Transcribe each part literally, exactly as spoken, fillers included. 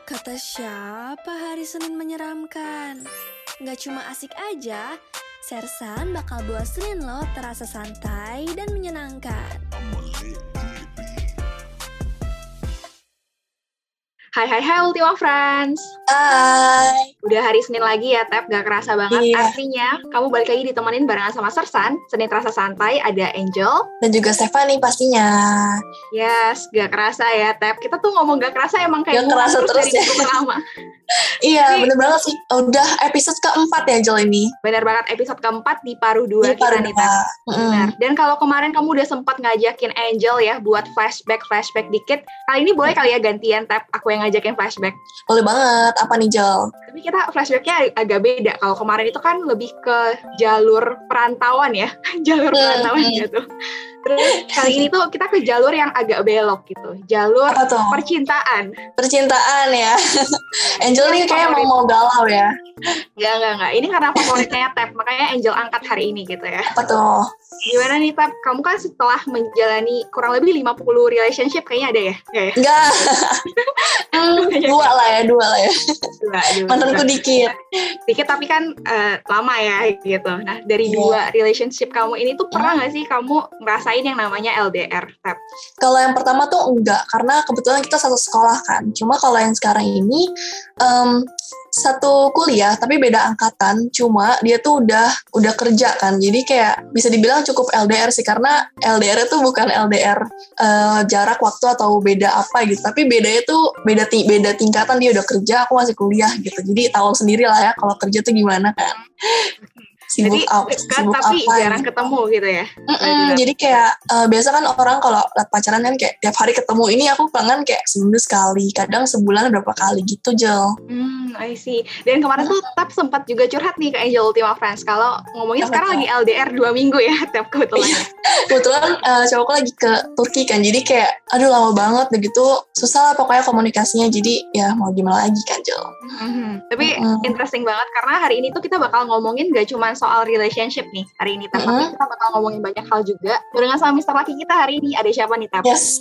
Kata siapa hari Senin menyeramkan? Gak cuma asik aja, Sersan bakal buat Senin lo terasa santai dan menyenangkan. Hai hai hai Ultima Friends. Hai. Udah hari Senin lagi ya, Tep. Gak kerasa banget. Iya. Artinya kamu balik lagi ditemenin barengan sama Sersan. Senin terasa santai, ada Angel Dan juga Stephanie pastinya. Yes, gak kerasa ya, Tep. Kita tuh ngomong gak kerasa emang kayak Gak kerasa terus dari ya. minggu pertama. Iya, Jadi- bener banget sih. Udah episode keempat ya, Jel, ini. Benar banget, episode keempat di Paruh dua Di kita Paruh nih, dua. Tep. Mm-mm. Benar. Dan kalau kemarin kamu udah sempat ngajakin Angel ya buat flashback-flashback dikit, kali ini boleh kali ya gantian, Tep. Aku yang ngajakin flashback. Boleh banget. Apa nih, Jel? Tapi kita flashbacknya ag- agak beda. Kalau kemarin itu kan lebih ke jalur perantauan ya. jalur Hmm, perantauan hmm. gitu. Terus kali ini tuh kita ke jalur yang agak belok gitu. Jalur Apa tuh? percintaan. Percintaan ya. Angel nih kayak emang mau galau ya. Enggak, enggak, enggak. Ini karena favoritnya Tep. Makanya Angel angkat hari ini gitu ya. Apa tuh? Gimana nih Tep? Kamu kan setelah menjalani kurang lebih lima puluh relationship kayaknya ada ya? Enggak ya? Enggak. Hmm, dua lah ya, dua lah ya. Dua, dua, Mantanku dua. dikit. Dikit tapi kan eh, lama ya gitu. Nah dari Iya. dua relationship kamu ini tuh pernah nggak sih kamu ngerasain yang namanya L D R, Tep? Kalau yang pertama tuh enggak, karena kebetulan kita satu sekolah kan. Cuma kalau yang sekarang ini em, satu kuliah tapi beda angkatan. Cuma dia tuh udah udah kerja kan. Jadi kayak bisa dibilang cukup L D R sih, karena L D R itu bukan L D R eh, jarak waktu atau beda apa gitu. Tapi bedanya tuh beda ti- beda tingkatan, dia udah kerja, aku masih kuliah gitu. Jadi tahu sendiri lah ya kalau kerja tuh gimana kan. Sibuk Jadi apa? dekat Sibuk tapi apa? jarang gitu. ketemu gitu ya? Mm-mm, jadi kayak eh, biasa kan orang kalau liat pacaran kan kayak tiap hari ketemu. Ini aku kangen kayak seminggu sekali, kadang sebulan berapa kali gitu, Jel. Hmm, I see. Dan kemarin tuh Tep sempat juga curhat nih ke Angel Ultima Friends. Kalau ngomongin Apa sekarang tuh? lagi L D R dua minggu ya, Tep kebetulan. Kebetulan eh, cowokku lagi ke Turki kan, jadi kayak aduh lama banget begitu, susah lah pokoknya komunikasinya. Jadi ya mau gimana lagi kan, Jel. Mhm. Tapi Mm-mm. interesting banget karena hari ini tuh kita bakal ngomongin gak cuma soal relationship nih hari ini, Tep. Tapi Mm-mm. kita bakal ngomongin banyak hal juga. Barengan sama Mister Laki kita hari ini, ada siapa nih, Tep? Yes,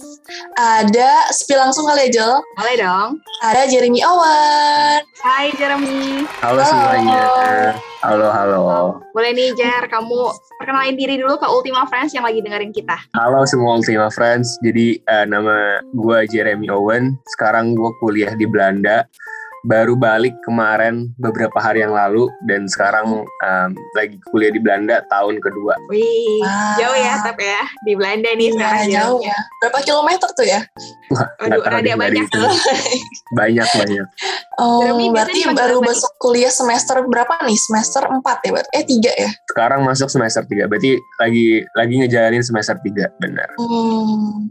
ada spill langsung kali ya, Jel. Boleh dong. Ada Jeremy Owen. Hai Jeremy. Halo Halo. semuanya. Halo, halo. Boleh nih Jer, kamu perkenalin diri dulu ke Ultima Friends yang lagi dengerin kita. Halo semua Ultima Friends. Jadi eh, nama gue Jeremy Owen. Sekarang gue kuliah di Belanda. Baru balik kemarin beberapa hari yang lalu. Dan sekarang em, lagi kuliah di Belanda tahun kedua. Wih, Wah. jauh ya Tep ya, di Belanda nih sekarang Iya, jauh ya. Berapa kilometer tuh ya? Wah, Aduh, nggak tahu rada deh, nggak banyak. dihitung. Banyak-banyak. Oh, Jeremy berarti biasanya baru dipanggil apa masuk kuliah semester berapa nih? Semester empat ya, berarti? Eh, tiga ya? Sekarang masuk semester tiga. Berarti lagi lagi ngejalanin semester tiga. Benar. Hmm.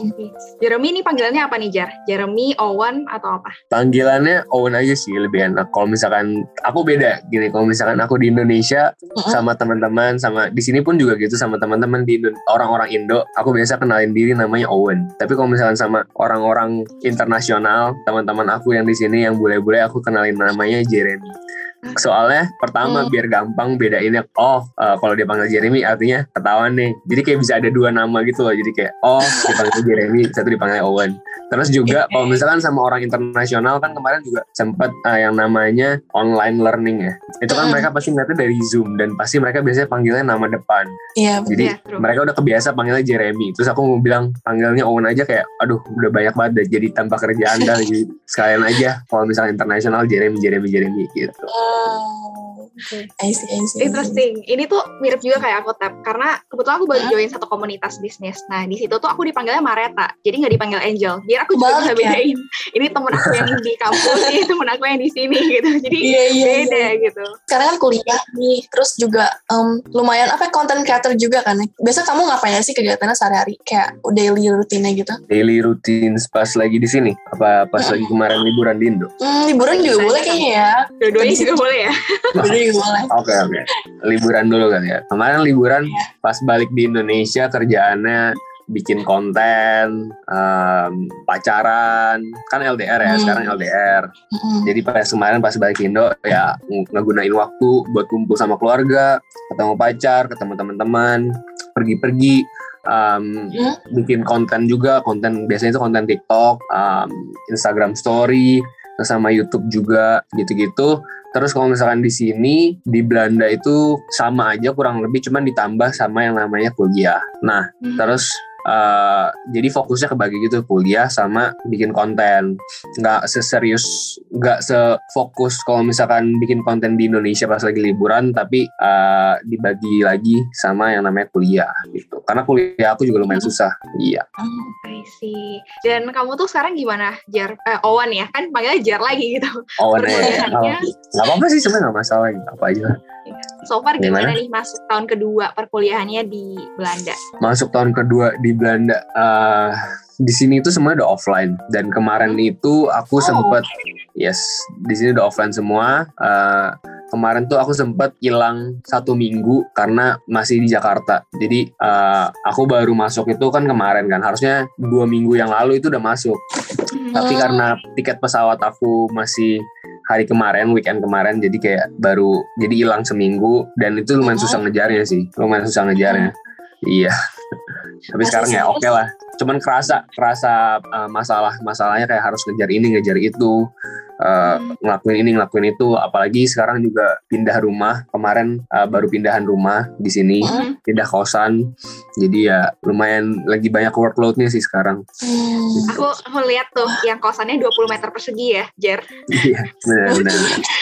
Jeremy ini panggilannya apa nih Jer? Jeremy, Owen, atau apa? Panggilannya Owen aja sih lebih enak. Kalau misalkan aku beda gini, kalau misalkan aku di Indonesia Mm-mm. sama teman-teman, sama di sini pun juga gitu sama teman-teman di Indo- orang-orang Indo, aku biasa kenalin diri namanya Owen. Tapi kalau misalkan sama orang-orang internasional, teman-teman aku yang di sini yang bule-bule, aku kenalin namanya Jeremy. Soalnya pertama Hmm. biar gampang bedainnya, oh eh, kalau dia panggil Jeremy artinya ketahuan nih. Jadi kayak bisa ada dua nama gitu loh. Jadi kayak oh dipanggil Jeremy, satu dipanggil Owen. Terus juga kalau misalkan sama orang internasional kan kemarin juga sempat eh, yang namanya online learning ya. Itu kan Hmm. mereka pasti ngeliatnya dari Zoom dan pasti mereka biasanya panggilnya nama depan. Iya, Jadi Iya, true. mereka udah kebiasa panggilnya Jeremy. Terus aku mau bilang panggilnya Owen aja kayak aduh udah banyak banget deh, jadi tanpa kerjaan dah. Jadi sekalian aja kalau misalnya internasional Jeremy Jeremy Jeremy gitu. Oh, I see, I see. Interesting. Ini tuh mirip juga kayak aku Tep, karena kebetulan aku baru Hah? join satu komunitas bisnis. Nah di situ tuh aku dipanggilnya Mareta, jadi nggak dipanggil Angel. Biar aku juga bisa Balik ya? bedain. Ini temen aku yang di kampus, ini temen aku yang di sini gitu. Jadi Iya, iya, beda iya. gitu. Sekarang kan kuliah nih, terus juga em, lumayan apa content creator juga kan. Biasa kamu ngapain sih kegiatannya sehari-hari? Kayak daily rutinnya gitu? Daily routine pas lagi di sini apa pas lagi kemarin liburan di Indo? Hmm, liburan juga boleh kayaknya ya. Dua-duanya Di juga situ. boleh ya. Liburan juga boleh. Oke oke. Liburan dulu kan ya. Kemarin liburan pas balik di Indonesia kerjaannya bikin konten, em, pacaran, kan L D R ya, Hmm. sekarang L D R. Mm-mm. Jadi pas kemarin pas balik Indo ya ng- ngegunain waktu buat kumpul sama keluarga, ketemu pacar, ketemu teman-teman, pergi-pergi, um, Hmm. bikin konten juga, konten biasanya itu konten TikTok, um, Instagram Story, sama YouTube juga gitu-gitu. Terus kalau misalkan di sini di Belanda itu sama aja kurang lebih, cuman ditambah sama yang namanya kuliah. Nah, hmm. terus Uh, jadi fokusnya kebagi gitu, kuliah sama bikin konten. Nggak seserius, nggak sefokus kalau misalkan bikin konten di Indonesia pas lagi liburan, tapi uh, dibagi lagi sama yang namanya kuliah gitu. Karena kuliah aku juga lumayan susah. Iya. Oh, I see. Dan kamu tuh sekarang gimana, Jar? Eh, Owen ya, kan panggilnya Jar lagi gitu. Owen ya. Nggak apa-apa sih sebenarnya, nggak masalah. Apa aja. So far gimana, gimana nih masuk tahun kedua perkuliahannya di Belanda? Masuk tahun kedua di Belanda, uh, di sini itu semua udah offline. Dan kemarin hmm. itu aku oh. sempat, yes, di sini udah offline semua. Uh, kemarin tuh aku sempat hilang satu minggu karena masih di Jakarta. Jadi uh, aku baru masuk itu kan kemarin kan, harusnya dua minggu yang lalu itu udah masuk. Hmm. Tapi karena tiket pesawat aku masih hari kemarin, weekend kemarin, jadi kayak baru, jadi hilang seminggu, dan itu lumayan susah ngejarnya sih, lumayan susah ngejarnya. Iya. Tapi sekarang ya oke okay lah. Cuman kerasa, kerasa uh, masalah, masalahnya kayak harus ngejar ini, ngejar itu, uh, ngelakuin ini, ngelakuin itu. Apalagi sekarang juga pindah rumah. Kemarin uh, baru pindahan rumah di sini, pindah kosan. Jadi ya lumayan lagi banyak workload-nya sih sekarang. Hmm. Aku aku lihat tuh yang kosannya dua puluh meter persegi ya, Jer. Iya, benar-benar.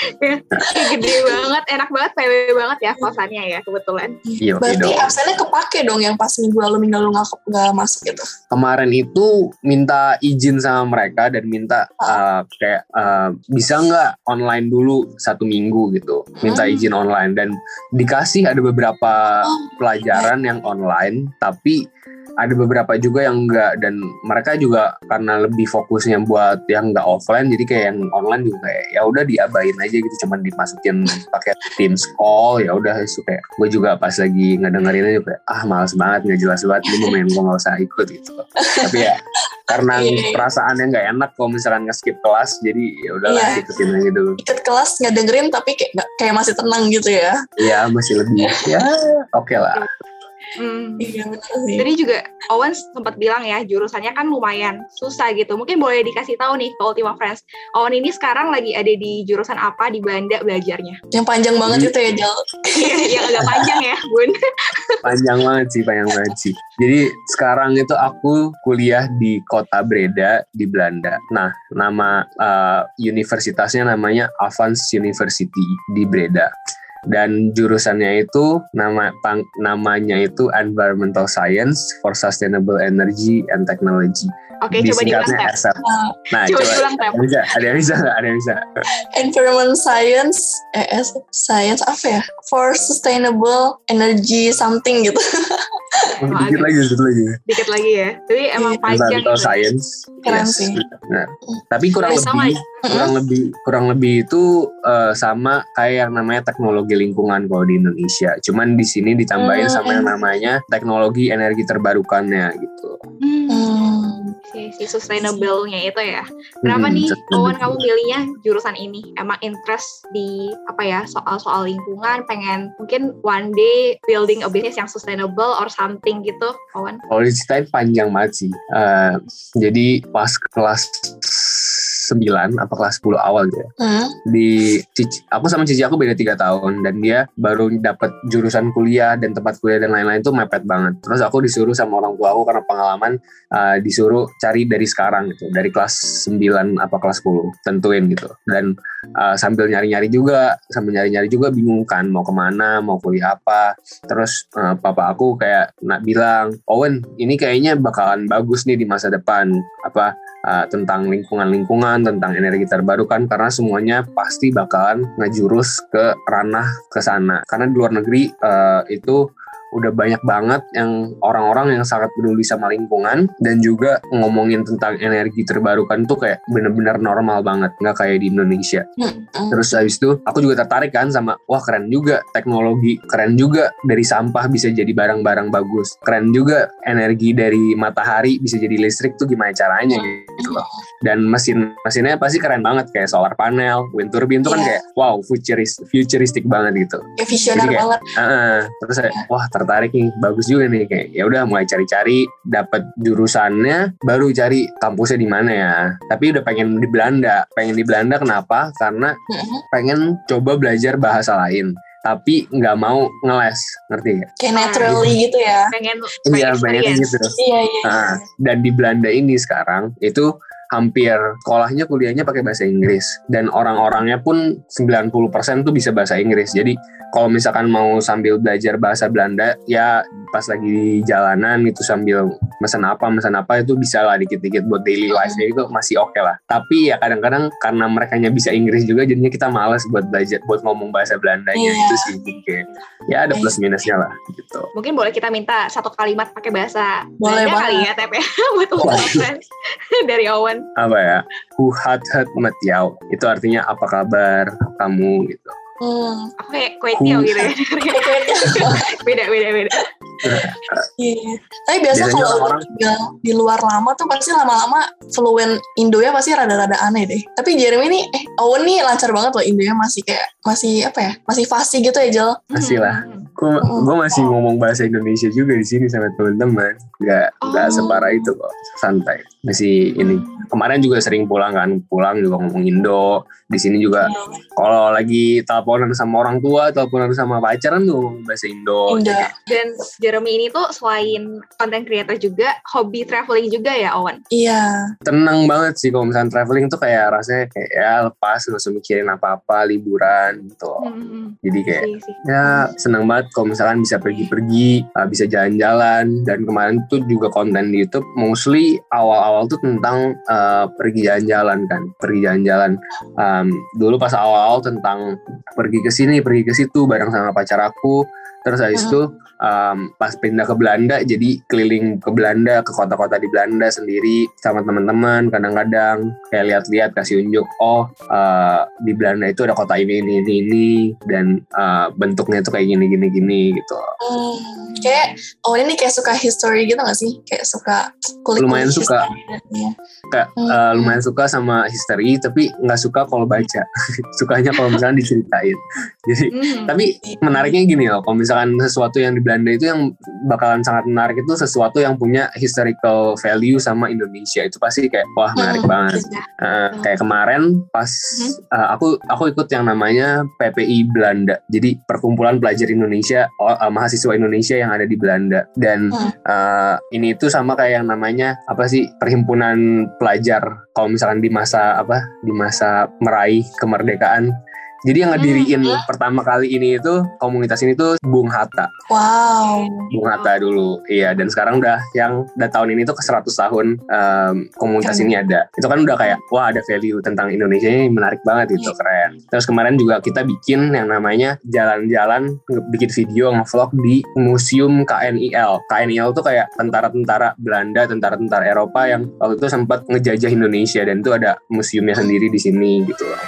Gede banget, enak banget, P W banget ya kosannya ya kebetulan. Iya, berarti absennya kepake dong yang pas minggu lalu minggu lalu nggak nggak masuk gitu. Kemarin itu minta izin sama mereka dan minta uh, kayak uh, bisa nggak online dulu satu minggu gitu, minta hmm. izin online, dan dikasih ada beberapa oh. pelajaran yang online, tapi ada beberapa juga yang enggak, dan mereka juga karena lebih fokusnya buat yang enggak offline, jadi kayak yang online juga kayak ya udah diabain aja gitu, cuman dimasukin pakai Teams call, ya udah itu kayak gue juga pas lagi ngedengerin aja kayak ah malas banget, nggak jelas banget, ini momen gue nggak usah ikut gitu. Tapi ya karena perasaannya nggak enak kalau misalkan nge-skip kelas, jadi ya udahlah yeah. ikutin aja dulu. Ikut kelas nggak dengerin tapi kayak kayak masih tenang gitu ya? Iya masih lebih ya oke okay lah. Hmm. Iya benar sih. Jadi juga Owen sempat bilang ya jurusannya kan lumayan susah gitu. Mungkin boleh dikasih tahu nih ke Ultima Friends. Owen ini sekarang lagi ada di jurusan apa di Belanda belajarnya? Yang panjang banget hmm. itu ya Jal. Yang agak panjang ya Bun. Panjang banget sih, panjang banget sih. Jadi sekarang itu aku kuliah di kota Breda di Belanda. Nah nama uh, universitasnya namanya Avans University di Breda. Dan jurusannya itu nama pang, namanya itu Environmental Science for Sustainable Energy and Technology. Oke, coba diulang ya. Nah, coba, coba diulang ya. Bisa, ada yang bisa nggak? Ada yang bisa. Environment Science, E S Science apa ya? For Sustainable Energy something gitu. Oh, dikit lagi, dikit lagi. Dikit lagi ya. Jadi emang panjang. Environmental gitu. Science. Keren yes. sih. Nah, tapi kurang Terus lebih, sama. kurang hmm? lebih, kurang lebih itu uh, sama kayak yang namanya teknologi lingkungan kalau di Indonesia. Cuman di sini ditambahin hmm. sama yang namanya teknologi energi terbarukannya gitu. Hmm. Si, si sustainable-nya itu ya. Kenapa hmm, nih Owen kamu pilihnya jurusan ini? Emang interest di apa ya soal-soal lingkungan, pengen mungkin one day building a business yang sustainable or something gitu, Owen? Kalau diceritain panjang banget sih. Uh, jadi pas kelas sembilan apa kelas sepuluh awal gitu ya. Hmm? Di cici, aku sama cici aku beda tiga tahun dan dia baru dapat jurusan kuliah dan tempat kuliah dan lain-lain itu mepet banget. Terus aku disuruh sama orang tua aku karena pengalaman uh, disuruh cari dari sekarang gitu, dari kelas sembilan apa kelas sepuluh tentuin gitu. Dan uh, sambil nyari-nyari juga, sambil nyari-nyari juga bingung kan mau kemana, mau kuliah apa. Terus uh, papa aku kayak nak bilang, Owen ini kayaknya bakalan bagus nih di masa depan, apa uh, tentang lingkungan-lingkungan, tentang energi terbarukan, karena semuanya pasti bakalan ngejurus ke ranah ke sana. Karena di luar negeri uh, itu udah banyak banget yang orang-orang yang sangat peduli sama lingkungan dan juga ngomongin tentang energi terbarukan tuh kayak bener-bener normal banget, nggak kayak di Indonesia. Mm-hmm. Terus habis itu aku juga tertarik kan sama, wah keren juga teknologi, keren juga dari sampah bisa jadi barang-barang bagus, keren juga energi dari matahari bisa jadi listrik tuh gimana caranya gitu loh. Dan mesin-mesinnya pasti keren banget kayak solar panel, wind turbine tuh yeah. kan kayak wow futuristic, futuristic banget gitu. Ya visioner banget. Uh, terus saya, wah ter tertarik nih, bagus juga nih, kayak ya udah mulai cari-cari, dapat jurusannya, baru cari kampusnya di mana ya. Tapi udah pengen di Belanda, pengen di Belanda kenapa? Karena pengen coba belajar bahasa lain, tapi nggak mau ngeles, ngerti nggak? Kayak naturally gitu ya. Pengen Iya, banyak gitu. Iya, iya. Nah, dan di Belanda ini sekarang itu hampir sekolahnya, kuliahnya pakai bahasa Inggris, dan orang-orangnya pun sembilan puluh persen tuh bisa bahasa Inggris. Jadi kalau misalkan mau sambil belajar bahasa Belanda ya pas lagi di jalanan itu sambil mesen apa mesen apa itu bisa lah, dikit-dikit buat daily life-nya itu masih oke okay lah. Tapi ya kadang-kadang karena merekanya bisa Inggris juga, jadinya kita malas buat belajar buat ngomong bahasa Belandanya. Yeah. Itu sih kayak ya ada plus minusnya lah gitu. Mungkin boleh kita minta satu kalimat pakai bahasa boleh Belanda kali ya, Tep ya, buat ngobrol dari Owen. Apa ya? Hoe gaat het met jou? Itu artinya apa kabar kamu gitu. Hmm. Aku kayak kuetiau gitu ya. beda beda beda. Iya. Tapi biasa kalau orang tinggal di luar lama tuh pasti lama-lama fluent Indonya pasti rada-rada aneh deh. Tapi Jeremy nih, eh Owen nih lancar banget loh Indonya, masih kayak masih apa ya? Masih fasih gitu ya Jel. Masih lah. Gue gue masih ngomong bahasa Indonesia juga di sini sama teman-teman. Gak oh. gak separah itu kok. Santai. Masih ini. Kemarin juga sering pulang kan, pulang juga ngomong Indo. Di sini juga kalau lagi teleponan sama orang tua, teleponan sama pacaran tuh ngomong bahasa Indo. Indo. Dan Jeremy ini tuh selain content creator juga hobi traveling juga ya, Owen? Iya. Tenang banget sih kalau misalnya traveling tuh kayak rasanya kayak ya lepas, nggak usah mikirin apa-apa, liburan gitu. Hmm. Jadi kayak sí, sí. ya senang banget kalau misalkan bisa pergi-pergi, bisa jalan-jalan. Dan kemarin tuh juga konten di YouTube mostly awal-awal tuh tentang uh, pergi jalan-jalan kan, pergi jalan-jalan. Um, dulu pas awal-awal tentang pergi ke sini, pergi ke situ bareng sama pacar aku. Terus habis itu um, pas pindah ke Belanda, jadi keliling ke Belanda, ke kota-kota di Belanda sendiri sama teman-teman. Kadang-kadang kayak lihat-lihat, kasih unjuk, oh uh, di Belanda itu ada kota ini, ini, ini, ini dan uh, bentuknya itu kayak gini, gini, gini gitu. Hmm, kayak oh ini kayak suka history gitu nggak sih? Kayak suka kulik. Lumayan suka. Kayak hmm. uh, lumayan suka sama history, tapi nggak suka kalau baca. Sukanya kalau misalnya diceritain. Jadi hmm. tapi menariknya gini loh, kalau misalkan sesuatu yang di Belanda itu yang bakalan sangat menarik itu sesuatu yang punya historical value sama Indonesia, itu pasti kayak wah menarik hmm. banget. Uh, kayak kemarin pas hmm. uh, aku aku ikut yang namanya P P I Belanda, jadi perkumpulan pelajar Indonesia, uh, mahasiswa Indonesia yang ada di Belanda. Dan hmm. uh, ini itu sama kayak yang namanya apa sih, perhimpunan pelajar kalau misalkan di masa apa di masa meraih kemerdekaan. Jadi yang ngediriin hmm. pertama kali ini itu komunitas ini tuh Bung Hatta. Wow. Bung Hatta dulu, iya. Dan sekarang udah yang udah tahun ini tuh ke seratus tahun um, komunitas hmm. ini ada. Itu kan udah kayak wah ada value tentang Indonesia ini menarik banget itu, keren. Terus kemarin juga kita bikin yang namanya jalan-jalan, bikin video nge-vlog di Museum K N I L. K N I L tuh kayak tentara-tentara Belanda, tentara-tentara Eropa yang waktu itu sempat ngejajah Indonesia, dan itu ada museumnya sendiri di sini gitu loh.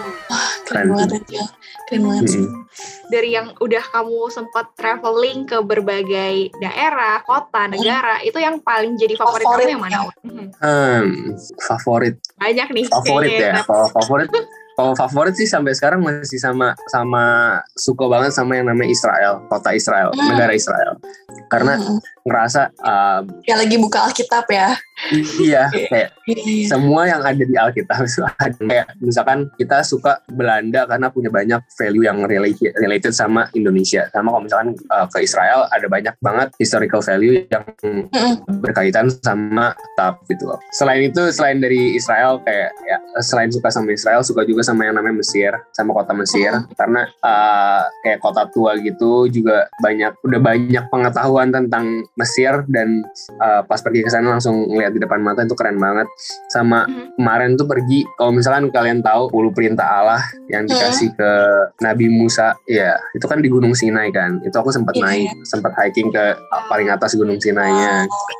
Keren banget ya, keren banget sih. Hmm. Dari yang udah kamu sempat traveling ke berbagai daerah, kota, negara, hmm. itu yang paling jadi favorit, favorit kamu yang mana? Hmm. Hmm, favorit. Banyak nih. Favorit ya, kalau favorit. Kalau favorit sih sampai sekarang masih sama sama suka banget sama yang namanya Israel, kota Israel, hmm. negara Israel. Karena hmm. ngerasa uh, kayak lagi buka Alkitab ya. Iya, kayak semua yang ada di Alkitab itu ada. Kayak misalkan kita suka Belanda karena punya banyak value yang related, related sama Indonesia. Sama kalau misalkan uh, ke Israel ada banyak banget historical value yang hmm. berkaitan sama Alkitab gitu loh. Selain itu, selain dari Israel kayak ya, selain suka sama Israel, suka juga sama yang namanya Mesir, sama kota Mesir. Hmm. Karena uh, kayak kota tua gitu juga banyak, udah banyak pengetahuan tentang Mesir, dan uh, pas pergi ke sana langsung ngeliat di depan mata, itu keren banget. Sama hmm. kemarin tuh pergi, kalau misalkan kalian tahu sepuluh perintah Allah yang dikasih hmm. ke Nabi Musa, ya itu kan di Gunung Sinai kan. Itu aku sempat yeah. naik, sempat hiking ke paling atas Gunung Sinainya.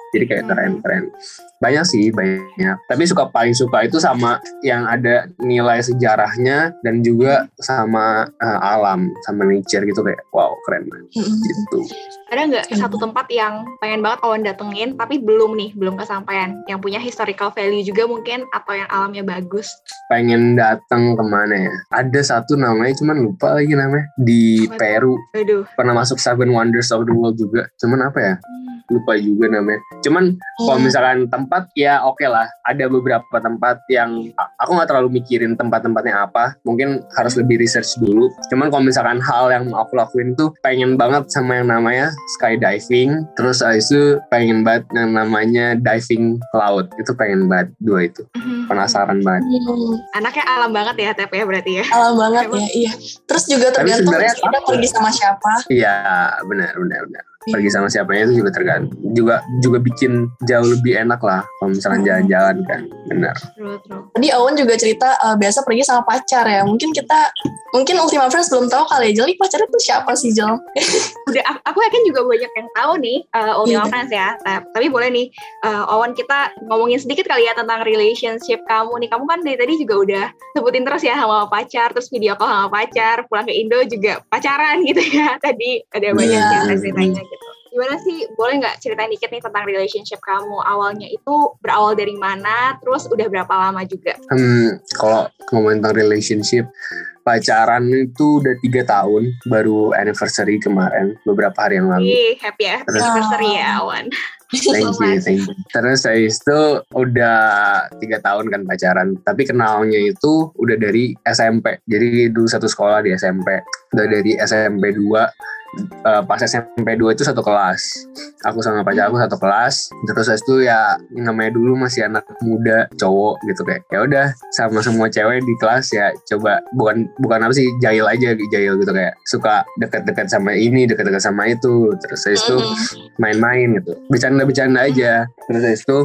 Jadi kayak keren-keren. Banyak sih, banyak. Tapi suka paling suka itu sama yang ada nilai sejarahnya dan juga sama uh, alam, sama nature gitu kayak wow keren banget gitu. Ada nggak satu tempat yang pengen banget Owen datengin tapi belum nih, belum kesampaian, yang punya historical value juga mungkin atau yang alamnya bagus? Pengen datang kemana ya? Ada satu namanya cuman lupa lagi namanya di Peru. Aduh. Pernah masuk Seven Wonders of the World juga. Cuman apa ya? Lupa juga namanya. Cuman Hmm. kalau misalkan tempat ya oke okay lah. Ada beberapa tempat yang aku nggak terlalu mikirin tempat-tempatnya apa. Mungkin harus lebih research dulu. Cuman kalau misalkan hal yang mau aku lakuin tuh pengen banget sama yang namanya skydiving. Terus habis itu pengen banget yang namanya diving ke laut. Itu pengen banget dua itu. Penasaran banget. Hmm. Anaknya alam banget ya Tep ya berarti ya. Alam banget ya, iya. Terus juga Tapi tergantung sebenarnya kita pergi sama siapa. Iya, benar, benar, benar. Pergi sama siapanya itu juga tergantung. Juga juga bikin jauh lebih enak lah kalau misalnya jalan-jalan kan. Benar. True, true. Tadi Owen juga cerita uh, biasa pergi sama pacar ya. Mungkin kita, mungkin Ultima Friends belum tahu kali ya. Jadi pacarnya tuh siapa sih, Jel? Udah, aku, aku yakin juga banyak yang tahu nih uh, Ultima Iya. Friends ya. Tep. Tapi boleh nih, uh, Owen kita ngomongin sedikit kali ya tentang relationship kamu nih. Kamu kan dari tadi juga udah sebutin terus ya sama pacar, terus video call sama pacar, pulang ke Indo juga pacaran gitu ya. Tadi ada banyak Iya. cerita-ceritanya gitu. Gimana sih, boleh nggak ceritain dikit nih tentang relationship kamu? Awalnya itu berawal dari mana, terus udah berapa lama juga? Hmm, kalau ngomongin tentang relationship, pacaran itu udah tiga tahun, baru anniversary kemarin, beberapa hari yang lalu. Ih, happy ya, Terus- anniversary ya, Awan. Thank you, thank you. Terus habis itu udah tiga tahun kan pacaran, tapi kenalnya itu udah dari S M P. Jadi dulu satu sekolah di S M P, udah dari S M P dua. Uh, pas S M P dua itu satu kelas. Aku sama pacar aku satu kelas. Terus habis itu ya namanya dulu masih anak muda, cowok gitu kayak. Ya udah sama semua cewek di kelas ya coba bukan bukan apa sih jahil aja jahil gitu kayak suka dekat-dekat sama ini, dekat-dekat sama itu. Terus habis itu main-main gitu. Bercanda-bercanda aja. Terus habis itu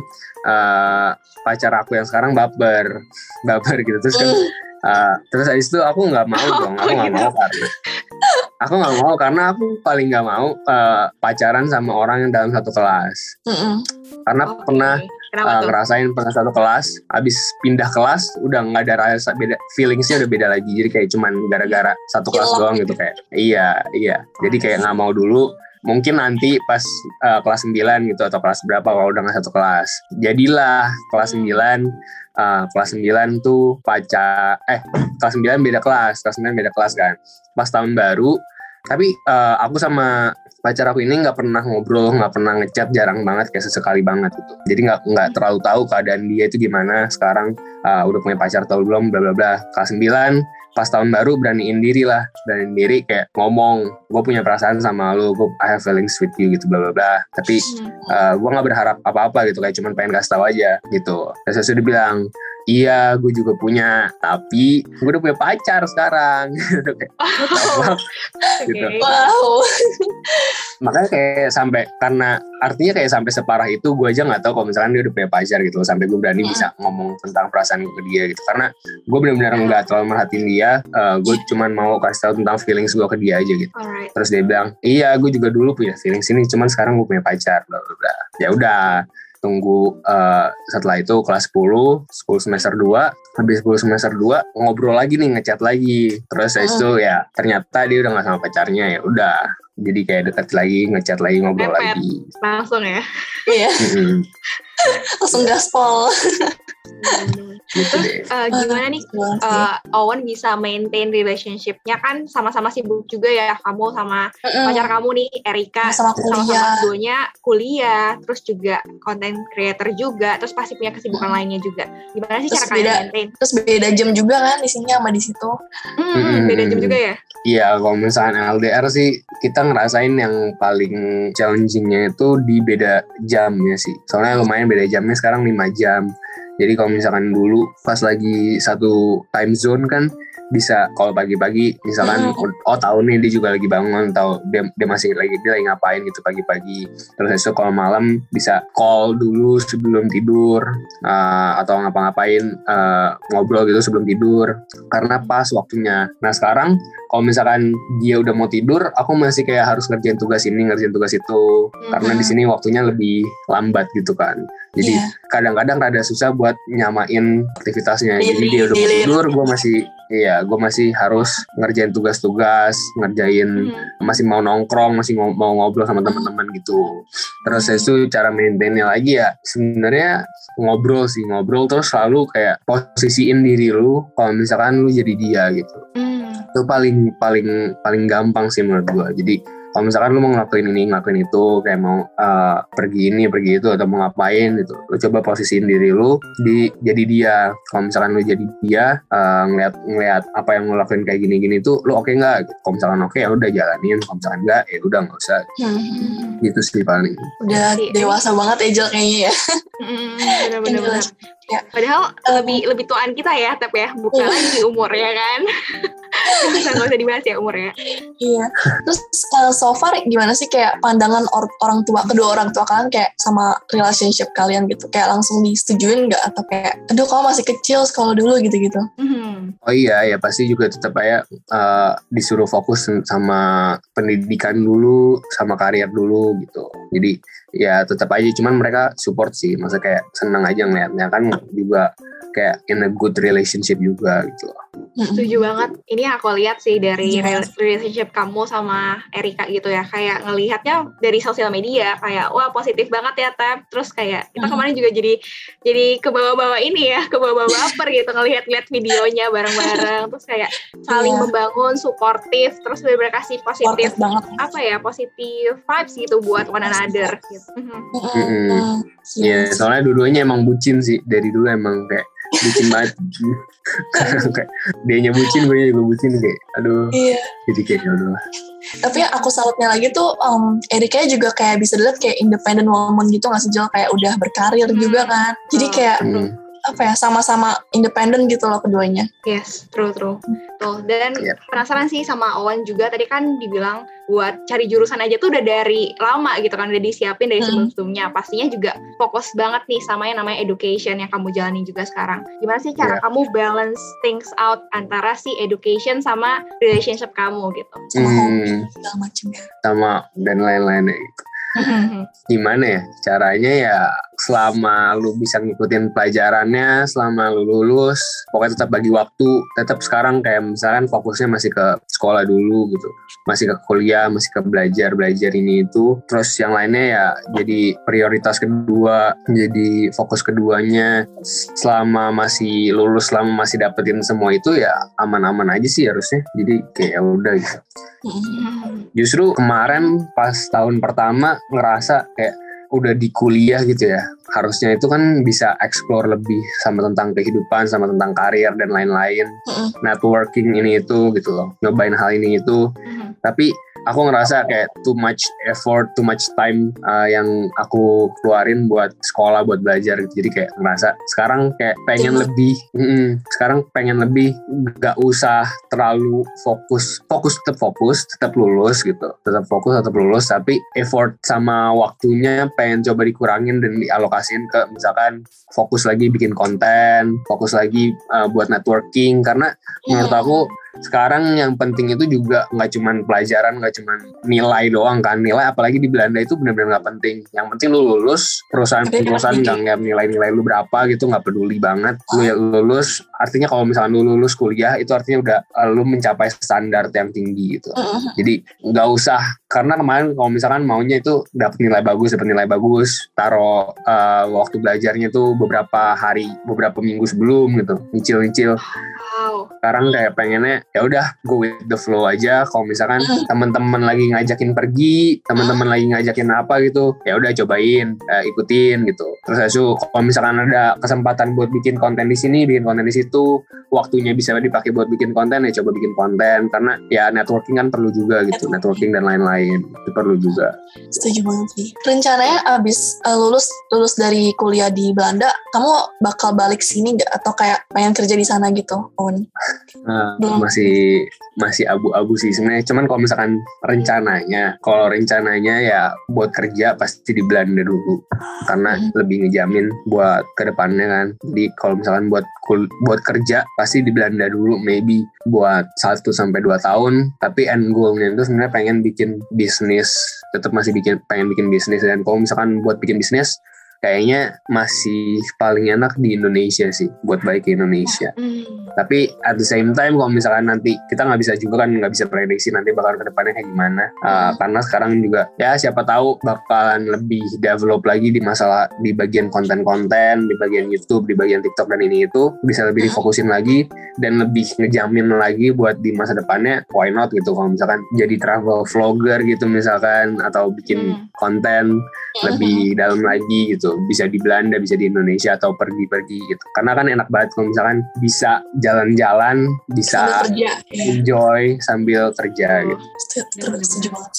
uh, pacar aku yang sekarang baper. Baper gitu. Terus kan uh, terus habis itu aku nggak mau dong. Aku nggak mau karena Aku nggak mau karena aku paling nggak mau uh, pacaran sama orang yang dalam satu kelas. Mm-mm. Karena Oke. pernah Kenapa uh, tuh? ngerasain pernah satu kelas, abis pindah kelas udah nggak ada rasa beda, feelingsnya udah beda lagi. Jadi kayak cuman gara-gara satu kelas Hilang doang gitu kayak. Iya, iya. Jadi kayak nggak mau dulu. Mungkin nanti pas uh, kelas sembilan gitu atau kelas berapa kalau udah nggak satu kelas. Jadilah kelas sembilan. Uh, kelas sembilan tuh pacar eh kelas sembilan beda kelas kelas sembilan beda kelas kan pas tahun baru. Tapi uh, aku sama pacar aku ini nggak pernah ngobrol, nggak pernah ngechat, jarang banget, kayak sesekali banget gitu. Jadi nggak nggak terlalu tahu keadaan dia itu gimana sekarang, uh, udah punya pacar atau belum, bla bla bla. Kelas sembilan pas tahun baru beraniin diri lah, beraniin diri kayak ngomong, gue punya perasaan sama lu, gue I have feelings with you gitu, bla bla bla. Tapi uh, gue nggak berharap apa-apa gitu, kayak cuman pengen kasih tahu aja gitu. Terus saya sudah bilang, iya gue juga punya, tapi gue udah punya pacar sekarang. Kayak, Oh, gitu. oke. Wow. Makanya kayak sampai, karena artinya kayak sampai separah itu gue aja nggak tahu kalau misalkan dia udah punya pacar gitu loh, sampai gue berani bisa ngomong tentang perasaan gue ke dia gitu. Karena gue benar-benar nggak terlalu merhatiin dia, uh, gue cuman mau kasih tahu tentang feelings gue ke dia aja gitu. Alright. Terus dia bilang, iya gue juga dulu punya feelings ini, cuman sekarang gue punya pacar, bla bla bla. Ya udah, tunggu uh, setelah itu kelas sepuluh, sepuluh semester dua, habis sepuluh semester dua ngobrol lagi nih, ngechat lagi. Terus habis itu ya ternyata dia udah gak sama pacarnya, ya udah. Jadi kayak deket lagi, ngechat lagi, ngobrol Mepet. lagi. Langsung ya. Iya, Mm-mm. langsung gaspol. Gitu deh. Uh, gimana nih Gimana sih? uh, Owen bisa maintain relationship-nya, kan sama-sama sibuk juga ya kamu sama Mm-mm. pacar kamu nih Erika, Sama sama-sama kuliah. keduanya kuliah, terus juga content creator juga, terus pasti punya kesibukan lainnya juga. Gimana sih Terus cara kalian beda- maintain? Terus beda jam juga kan di sini sama di situ. Hmm, Mm-mm. beda jam juga ya? Iya, kalau misalnya L D R sih kita ngerasain yang paling challengingnya itu di beda jamnya sih. Soalnya lumayan beda jamnya sekarang lima jam. Jadi kalau misalkan dulu pas lagi satu time zone kan, bisa kalau pagi-pagi misalkan mm. oh tahu nih dia juga lagi bangun, tahu dia, dia masih lagi dia lagi ngapain gitu pagi-pagi. Terus itu kalau malam bisa call dulu sebelum tidur uh, atau ngapa-ngapain uh, ngobrol gitu sebelum tidur karena pas waktunya. Nah sekarang kalau misalkan dia udah mau tidur, aku masih kayak harus ngerjain tugas ini, ngerjain tugas itu, mm-hmm. karena di sini waktunya lebih lambat gitu kan. Jadi yeah. kadang-kadang rada susah buat nyamain aktivitasnya. Jadi dia udah mau tidur, gue masih, iya, gue masih harus ngerjain tugas-tugas, ngerjain, mm-hmm. masih mau nongkrong, masih ng- mau ngobrol sama teman-teman gitu. Terus itu cara maintainnya lagi ya, sebenarnya ngobrol sih, ngobrol terus selalu kayak posisiin diri lu, kalau misalkan lu jadi dia gitu. Mm. Itu paling paling paling gampang sih menurut gue. Jadi kalau misalkan lu mau ngelakuin ini, ngelakuin itu, kayak mau uh, pergi ini, pergi itu, atau mau ngapain gitu, lu coba posisiin diri lu di jadi dia. Kalau misalkan lu jadi dia, uh, ngeliat ngeliat apa yang lu lakuin kayak gini-gini tuh, lu oke okay nggak? Gitu. Kalau misalkan oke okay, ya udah jalanin. Kalau misalkan nggak, ya udah nggak usah. Hmm. Gitu sih paling. Udah dewasa banget Angel kayaknya ya. Hmm, benar-benar. Ya. Padahal uh, lebih lebih tuaan kita ya, tapi ya bukan uh. lagi umurnya kan. Bisa nggak usah dibahas ya umurnya. Iya. Terus uh, so far gimana sih kayak pandangan or- orang tua, kedua orang tua kalian kayak sama relationship kalian gitu? Kayak langsung disetujuin nggak atau kayak, aduh kamu masih kecil sekolah dulu gitu-gitu? Mm-hmm. Oh iya, ya pasti juga tetap aja uh, disuruh fokus sama pendidikan dulu, sama karir dulu gitu. Jadi ya tetap aja, cuman mereka support sih, masa kayak senang aja ngeliatnya kan juga kayak in a good relationship juga gitu loh. Setuju banget. Ini yang aku lihat sih dari relationship kamu sama Erika gitu ya. Kayak ngelihatnya dari sosial media kayak wah positif banget ya Tep. Terus kayak kita kemarin juga jadi jadi ke bawah-bawah ini ya, ke bawah-bawah baper gitu ngelihat-lihat videonya bareng-bareng. Terus kayak saling yeah. membangun, suportif, terus bener-bener kasih positif apa ya, positif vibes gitu buat one another gitu. Mm-hmm. Iya, yeah, soalnya dua-duanya emang bucin sih. Dari dulu emang kayak bucin banget. Kayak dianya bucin, gue juga bucin kayak aduh. Iya. Jadi kayak aduh. Tapi yang aku salutnya lagi tuh um, Erika juga kayak bisa dilihat kayak independent woman gitu nggak sih Jel, kayak udah berkarir hmm. juga kan. Jadi kayak hmm. apa ya, sama-sama independen gitu loh keduanya. Yes, true true. Tuh, dan yeah. penasaran sih sama Owen juga, tadi kan dibilang buat cari jurusan aja tuh udah dari lama gitu kan, udah disiapin dari hmm. sebelum-sebelumnya. Pastinya juga fokus banget nih sama yang namanya education yang kamu jalani juga sekarang. Gimana sih cara yeah. kamu balance things out antara si education sama relationship kamu gitu? Sama hmm. hobi segala macam ya. Sama dan lain-lainnya gitu. Gimana ya caranya ya, selama lu bisa ngikutin pelajarannya, selama lu lulus pokoknya tetap bagi waktu. Tetap sekarang kayak misalkan fokusnya masih ke sekolah dulu gitu, masih ke kuliah, masih ke belajar belajar ini itu. Terus yang lainnya ya jadi prioritas kedua, jadi fokus keduanya. Selama masih lulus, selama masih dapetin semua itu ya aman-aman aja sih harusnya. Jadi kayak udah gitu. Justru kemarin pas tahun pertama ngerasa kayak udah di kuliah gitu ya, harusnya itu kan bisa explore lebih sama tentang kehidupan, sama tentang karir dan lain-lain, uh-uh. networking ini itu gitu loh, nyobain hal ini itu. Uh-huh. Tapi aku ngerasa kayak too much effort, too much time uh, yang aku keluarin buat sekolah, buat belajar gitu. Jadi kayak ngerasa sekarang kayak pengen uh-huh. lebih, mm, sekarang pengen lebih gak usah terlalu fokus, fokus tetap fokus, tetap lulus gitu, tetap fokus, tetap lulus, tapi effort sama waktunya pengen coba dikurangin dan dialokasiin ke misalkan fokus lagi bikin konten, fokus lagi uh, buat networking. Karena menurut aku sekarang yang penting itu juga nggak cuman pelajaran, nggak cuman nilai doang kan. Nilai apalagi di Belanda itu benar-benar nggak penting. Yang penting lu lulus, perusahaan-perusahaan nggak ngeliat nilai-nilai lu berapa gitu, nggak peduli banget. Lu ya lulus, artinya kalau misalkan lu lulus kuliah itu artinya udah uh, lu mencapai standar yang tinggi gitu. Jadi nggak usah, karena kemarin kalau misalkan maunya itu dapat nilai bagus, dapat nilai bagus, taruh uh, waktu belajarnya tuh beberapa hari, beberapa minggu sebelum gitu, nyicil-nyicil. Wow. Sekarang kayak pengennya ya udah go with the flow aja. Kalau misalkan mm. teman-teman lagi ngajakin pergi, teman-teman lagi ngajakin apa gitu, ya udah cobain, uh, ikutin gitu. Terus asu kalau misalkan ada kesempatan buat bikin konten di sini, bikin konten di situ, waktunya bisa dipakai buat bikin konten, ya coba bikin konten. Karena ya networking kan perlu juga gitu, networking dan lain-lain itu perlu juga. Setuju banget sih. Rencananya abis uh, lulus lulus dari kuliah di Belanda, kamu bakal balik sini nggak atau kayak pengen kerja di sana gitu? Nah, Belum. masih masih abu-abu sih sebenarnya. Cuman kalau misalkan rencananya, kalau rencananya ya buat kerja pasti di Belanda dulu, karena Hmm. lebih ngejamin buat kedepannya kan. Jadi kalau misalkan buat kul- buat kerja pasti di Belanda dulu, maybe buat satu sampai dua tahun. Tapi end goalnya itu sebenarnya pengen bikin bisnis, tetap masih bikin pengen bikin bisnis. Dan kalau misalkan buat bikin bisnis, kayaknya masih paling enak di Indonesia sih, buat balik ke Indonesia. Hmm. Tapi at the same time kalau misalkan nanti kita nggak bisa juga kan, nggak bisa prediksi nanti bakal ke depannya kayak gimana. Uh, karena sekarang juga ya siapa tahu bakalan lebih develop lagi di masalah di bagian konten-konten, di bagian YouTube, di bagian TikTok dan ini itu bisa lebih difokusin lagi dan lebih ngejamin lagi buat di masa depannya. Why not gitu, kalau misalkan jadi travel vlogger gitu misalkan, atau bikin Hmm. konten lebih dalam lagi gitu, bisa di Belanda, bisa di Indonesia, atau pergi-pergi gitu. Karena kan enak banget kalau misalkan bisa jalan-jalan, bisa Sambil kerja. Ya. enjoy sambil kerja Oh. gitu. Setuju setuju banget.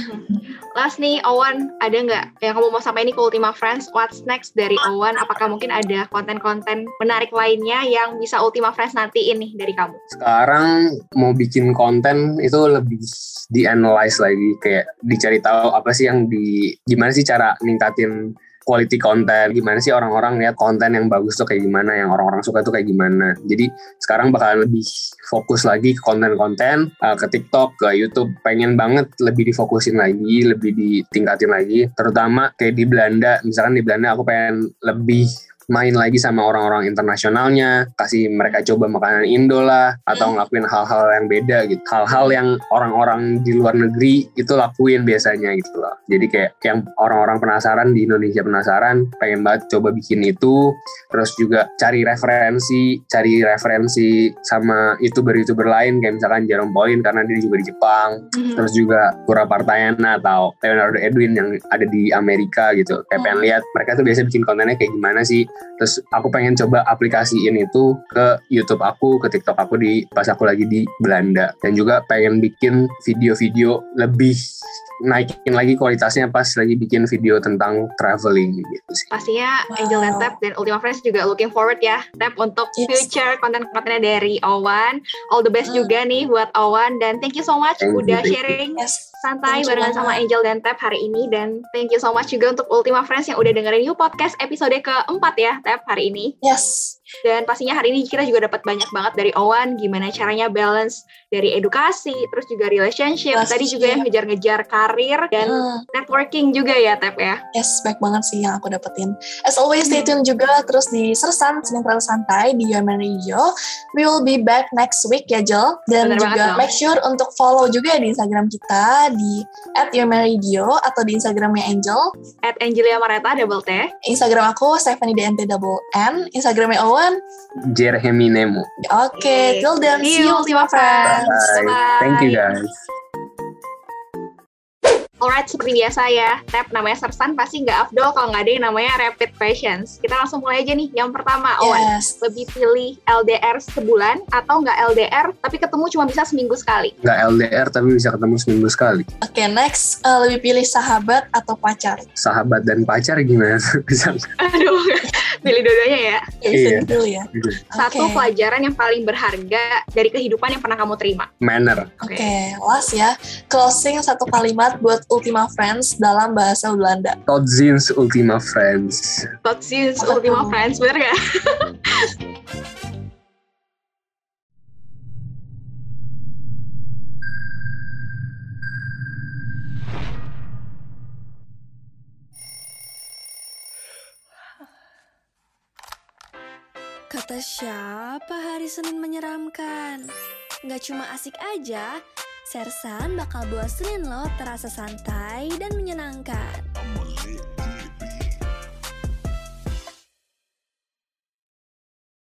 Last nih, Owen, ada nggak yang kamu mau sampaikan nih ke Ultima Friends? What's next dari Owen? Apakah mungkin ada konten-konten menarik lainnya yang bisa Ultima Friends nantiin nih dari kamu? Sekarang mau bikin konten itu lebih di-analyze lagi, kayak dicari tahu apa sih yang di, gimana sih cara ningkatin quality konten, gimana sih orang-orang lihat konten yang bagus tuh kayak gimana, yang orang-orang suka tuh kayak gimana. Jadi sekarang bakal lebih fokus lagi ke konten-konten, uh, ke TikTok, ke YouTube. Pengen banget lebih difokusin lagi, lebih ditingkatin lagi. Terutama kayak di Belanda, misalkan di Belanda aku pengen lebih main lagi sama orang-orang internasionalnya, kasih mereka coba makanan Indo lah, atau ngelakuin hal-hal yang beda gitu, hal-hal yang orang-orang di luar negeri itu lakuin biasanya gitu loh. Jadi kayak yang orang-orang penasaran di Indonesia penasaran, pengen banget coba bikin itu. Terus juga cari referensi, cari referensi sama youtuber-youtuber lain kayak misalkan Jerome Pauline karena dia juga di Jepang. Terus juga Pura Partayana atau Leonardo Edwin yang ada di Amerika gitu. Kayak pengen lihat mereka tuh biasa bikin kontennya kayak gimana sih. Terus aku pengen coba aplikasiin itu ke YouTube aku, ke TikTok aku di pas aku lagi di Belanda. Dan juga pengen bikin video-video lebih naikin lagi kualitasnya pas lagi bikin video tentang traveling gitu sih. Pastinya Wow. Angel dan Tap dan Ultima Friends juga looking forward ya, Tap, untuk Yes. future konten-kontennya dari Owen. All the best Hmm. juga nih buat Owen, dan thank you so much Thank you, udah thank you. sharing Yes. santai Thank you barengan banget. sama Angel dan Tap hari ini. Dan thank you so much juga untuk Ultima Friends yang udah dengerin You Podcast episode keempat ya, Tap, hari ini. Yes. Dan pastinya hari ini kita juga dapat banyak banget dari Owen gimana caranya balance dari edukasi, terus juga relationship, Relationship. tadi juga yang ngejar-ngejar karir dan Hmm. networking juga ya, Tap ya. Yes, baik banget sih yang aku dapetin. As always, stay tune juga terus di Sersan, Senin Terlalu Santai di Yoman Radio. We will be back next week ya, Jel. Dan Bener banget juga dong. make sure untuk follow juga ya di Instagram kita di at Yoman Radio atau di Instagramnya Angel. At Angelia Mareta, double T. Instagram aku Stephanie D N T double N. Instagramnya Owen. Jeremy Nemo. Oke, till then, see you Ultima Friends. Bye. Bye. Thank you guys. Alright, seperti biasa ya, Tap, namanya Sersan pasti nggak afdol kalau nggak ada yang namanya rapid questions. Kita langsung mulai aja nih. Yang pertama, Owen, Yes. lebih pilih L D R sebulan atau nggak L D R tapi ketemu cuma bisa seminggu sekali? Nggak L D R tapi bisa ketemu seminggu sekali. Oke, next. Uh, lebih pilih sahabat atau pacar? Sahabat dan pacar gimana? Bisa. Aduh, pilih dua-duanya ya. Ya, bisa Iya. dipilih ya. Satu Oke. pelajaran yang paling berharga dari kehidupan yang pernah kamu terima. Manner. Oke, last ya. Closing satu kalimat buat Ultima Friends dalam bahasa Belanda. Tot ziens Ultima Friends. Tot ziens Apa Ultima tuh? Friends, bener gak? Kata siapa hari Senin menyeramkan? Gak cuma asik aja, Sersan bakal buat Senin lo terasa santai dan menyenangkan.